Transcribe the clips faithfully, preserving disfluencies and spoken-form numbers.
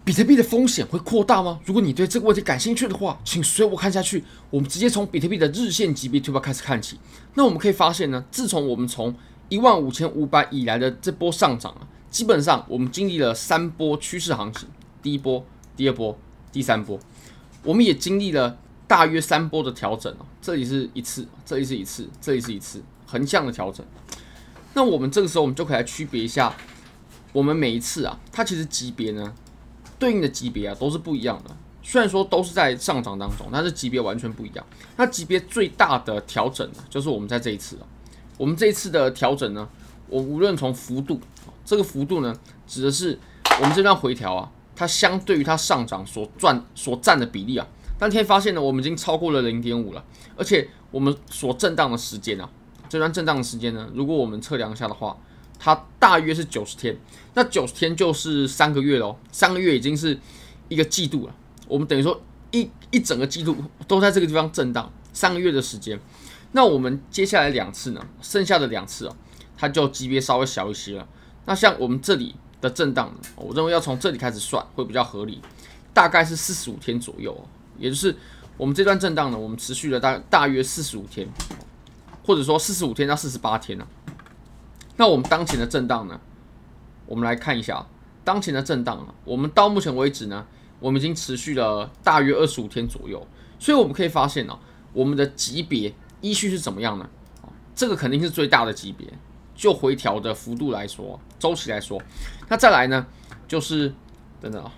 比特币的风险会扩大吗？如果你对这个问题感兴趣的话，请随我看下去。我们直接从比特币的日线级别图表开始看起。那我们可以发现呢，自从我们从一万五千五百以来的这波上涨啊，基本上我们经历了三波趋势行情，第一波、第二波、第三波，我们也经历了大约三波的调整哦。这里是一次，这里是一次，这里是一次横向的调整。那我们这个时候我们就可以来区别一下，我们每一次啊，它其实级别呢，对应的级别啊都是不一样的。虽然说都是在上涨当中，但是级别完全不一样。那级别最大的调整呢，就是我们在这一次啊，我们这一次的调整呢，我无论从幅度，这个幅度呢，指的是我们这段回调啊，它相对于它上涨所赚所占的比例啊。但可以发现呢，我们已经超过了 零点五 了，而且我们所震荡的时间啊，这段震荡的时间呢，如果我们测量一下的话，它大约是九十天，那九十天就是三个月咯，三个月已经是一个季度了。我们等于说一一整个季度都在这个地方震荡，三个月的时间。那我们接下来两次呢，剩下的两次啊，它就级别稍微小一些了。那像我们这里的震荡呢，我认为要从这里开始算会比较合理，大概是四十五天左右哦。也就是我们这段震荡呢，我们持续了大大约四十五天，或者说四十五天到四十八天呢、啊。那我们当前的震荡呢，我们来看一下当前的震荡啊，我们到目前为止呢，我们已经持续了大约二十五天左右，所以我们可以发现啊，我们的级别依序是怎么样呢？这个肯定是最大的级别，就回调的幅度来说，周期来说，那再来呢，就是等等啊。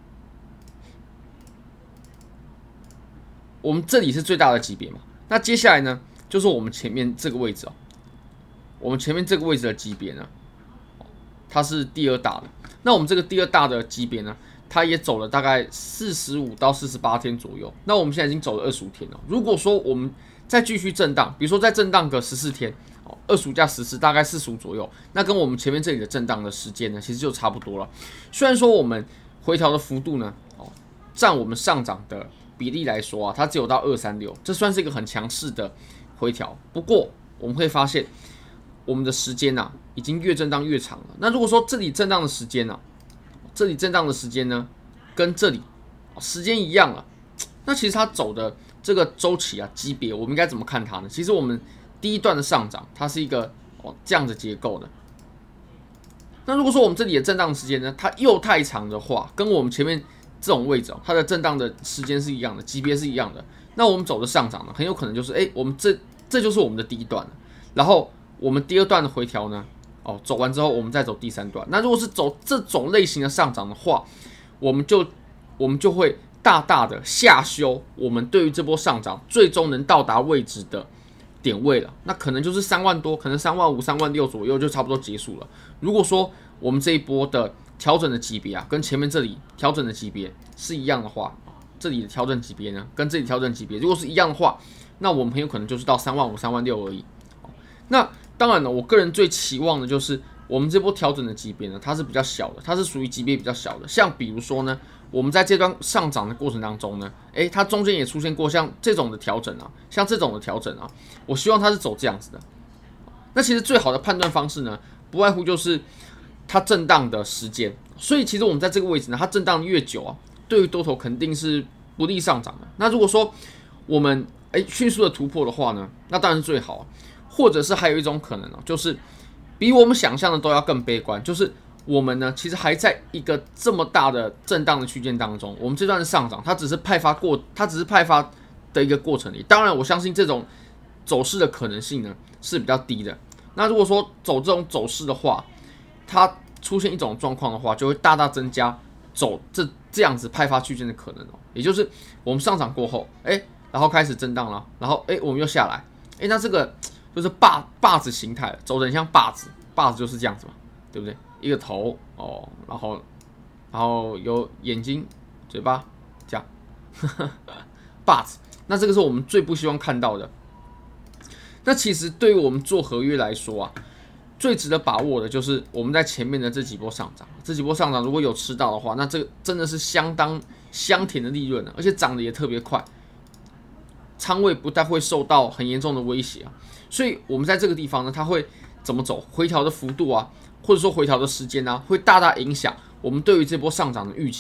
我们这里是最大的级别嘛，那接下来呢，就是我们前面这个位置哦，我们前面这个位置的级别呢，它是第二大的。那我们这个第二大的级别呢，它也走了大概四十五到四十八天左右。那我们现在已经走了二十五天了。如果说我们再继续震荡，比如说再震荡个十四天，二十五加十四大概四十五左右，那跟我们前面这里的震荡的时间呢，其实就差不多了。虽然说我们回调的幅度呢，哦，占我们上涨的比例来说啊，它只有到二三六，这算是一个很强势的回调。不过我们会发现，我们的时间啊，已经越震荡越长了。那如果说这里震荡的时间啊，这里震荡的时间呢，跟这里时间一样了，那其实它走的这个周期啊，级别，我们应该怎么看它呢？其实我们第一段的上涨，它是一个哦这样的结构的。那如果说我们这里的震荡时间呢，它又太长的话，跟我们前面这种位置哦，它的震荡的时间是一样的，级别是一样的。那我们走的上涨呢，很有可能就是，哎，我们这这就是我们的第一段了。然后我们第二段的回调呢，哦，走完之后我们再走第三段。那如果是走这种类型的上涨的话，我们就我们就会大大的下修我们对于这波上涨最终能到达位置的点位了。那可能就是三万多，可能三万五、三万六左右就差不多结束了。如果说我们这一波的调整的级别啊，跟前面这里调整的级别是一样的话，这里的调整级别呢，跟这里调整级别如果是一样的话，那我们很有可能就是到三万五、三万六而已。那当然了，我个人最期望的就是我们这波调整的级别呢，它是比较小的，它是属于级别比较小的。像比如说呢，我们在这段上涨的过程当中呢，诶，它中间也出现过像这种的调整啊，像这种的调整啊，我希望它是走这样子的。那其实最好的判断方式呢，不外乎就是它震荡的时间。所以其实我们在这个位置呢，它震荡越久啊，对于多头肯定是不利上涨的。那如果说我们诶迅速的突破的话呢，那当然是最好啊。或者是还有一种可能哦，就是比我们想象的都要更悲观，就是我们呢其实还在一个这么大的震荡的区间当中，我们这段的上涨它只是派发过，它只是派发的一个过程里。当然，我相信这种走势的可能性呢是比较低的。那如果说走这种走势的话，它出现一种状况的话，就会大大增加走这这样子派发区间的可能哦。也就是我们上涨过后，哎，然后开始震荡了，然后哎我们又下来，哎，那这个就是把把子形态，走得很像把子，把子就是这样子嘛，对不对？一个头哦，然后然后有眼睛、嘴巴，这样，把子。那这个是我们最不希望看到的。那其实对于我们做合约来说啊，最值得把握的就是我们在前面的这几波上涨，这几波上涨如果有吃到的话，那这个真的是相当香甜的利润了，而且涨得也特别快，仓位不太会受到很严重的威胁啊。所以我们在这个地方呢，它会怎么走，回调的幅度啊，或者说回调的时间啊，会大大影响我们对于这波上涨的预期。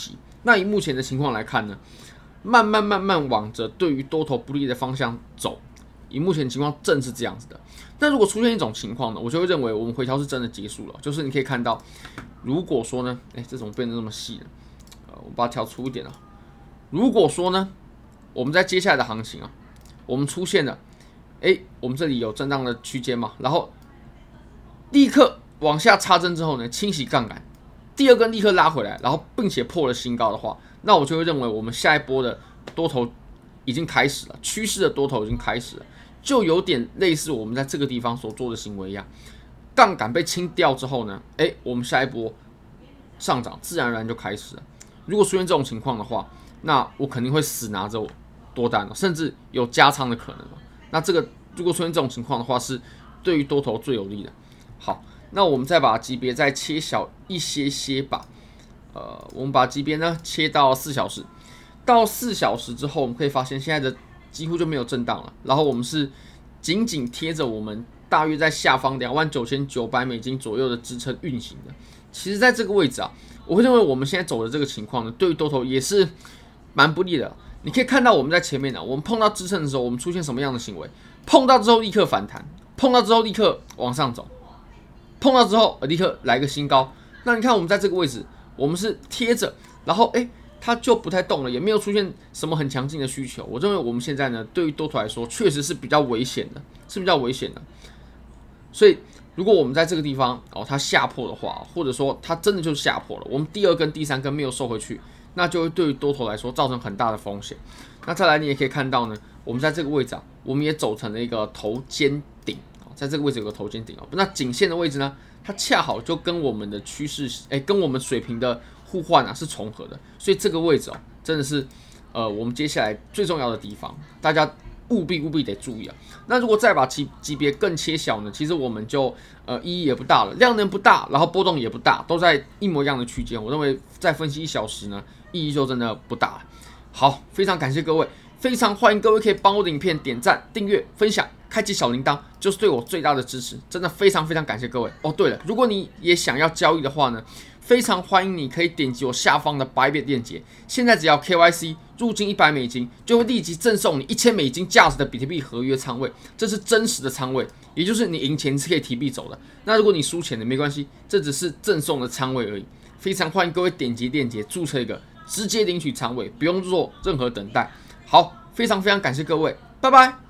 那以目前的情况来看呢，慢慢慢慢往着对于多头不利的方向走。以目前情况正是这样子的。那如果出现一种情况呢，我就会认为我们回调是真的结束了。就是你可以看到，如果说呢，哎，这怎么变得那么细了？呃，我把它调粗一点啊。如果说呢，我们在接下来的行情啊，我们出现了，哎，我们这里有震荡的区间嘛，然后立刻往下插针之后呢，清洗杠杆，第二根立刻拉回来，然后并且破了新高的话，那我就会认为我们下一波的多头已经开始了，趋势的多头已经开始了。就有点类似我们在这个地方所做的行为一样，杠杆被清掉之后呢，哎，我们下一波上涨自然而然就开始了。如果出现这种情况的话，那我肯定会死拿着多单，甚至有加仓的可能。那这个如果出现这种情况的话，是对于多头最有利的。好，那我们再把级别再切小一些些吧。呃，我们把级别呢切到四小时，到四小时之后，我们可以发现现在的几乎就没有震荡了，然后我们是紧紧贴着我们大约在下方两万九千九百美金左右的支撑运行的。其实在这个位置啊，我会认为我们现在走的这个情况呢，对于多头也是蛮不利的。你可以看到我们在前面呢、啊，我们碰到支撑的时候，我们出现什么样的行为？碰到之后立刻反弹，碰到之后立刻往上走，碰到之后立刻来个新高。那你看我们在这个位置，我们是贴着，然后哎。它就不太动了，也没有出现什么很强劲的需求。我认为我们现在呢，对于多头来说，确实是比较危险的，是比较危险的。所以，如果我们在这个地方哦，它下破的话，或者说它真的就下破了，我们第二根、第三根没有收回去，那就会对于多头来说造成很大的风险。那再来，你也可以看到呢，我们在这个位置啊，我们也走成了一个头肩顶，在这个位置有个头肩顶哦。那颈线的位置呢，它恰好就跟我们的趋势，哎，跟我们水平的互换啊是重合的，所以这个位置哦，真的是呃我们接下来最重要的地方，大家务必务必得注意啊。那如果再把级级别更切小呢，其实我们就呃意义也不大了，量能不大，然后波动也不大，都在一模一样的区间。我认为再分析一小时呢，意义就真的不大了。好，非常感谢各位，非常欢迎各位可以帮我的影片点赞、订阅、分享。开启小铃铛就是对我最大的支持，真的非常非常感谢各位哦。对了，如果你也想要交易的话呢，非常欢迎你可以点击我下方的白笔链接，现在只要 K Y C 入金一百美金，就会立即赠送你一千美金价值的比特币合约仓位，这是真实的仓位，也就是你赢钱是可以提币走的。那如果你输钱的没关系，这只是赠送的仓位而已。非常欢迎各位点击链接注册一个，直接领取仓位，不用做任何等待。好，非常非常感谢各位，拜拜。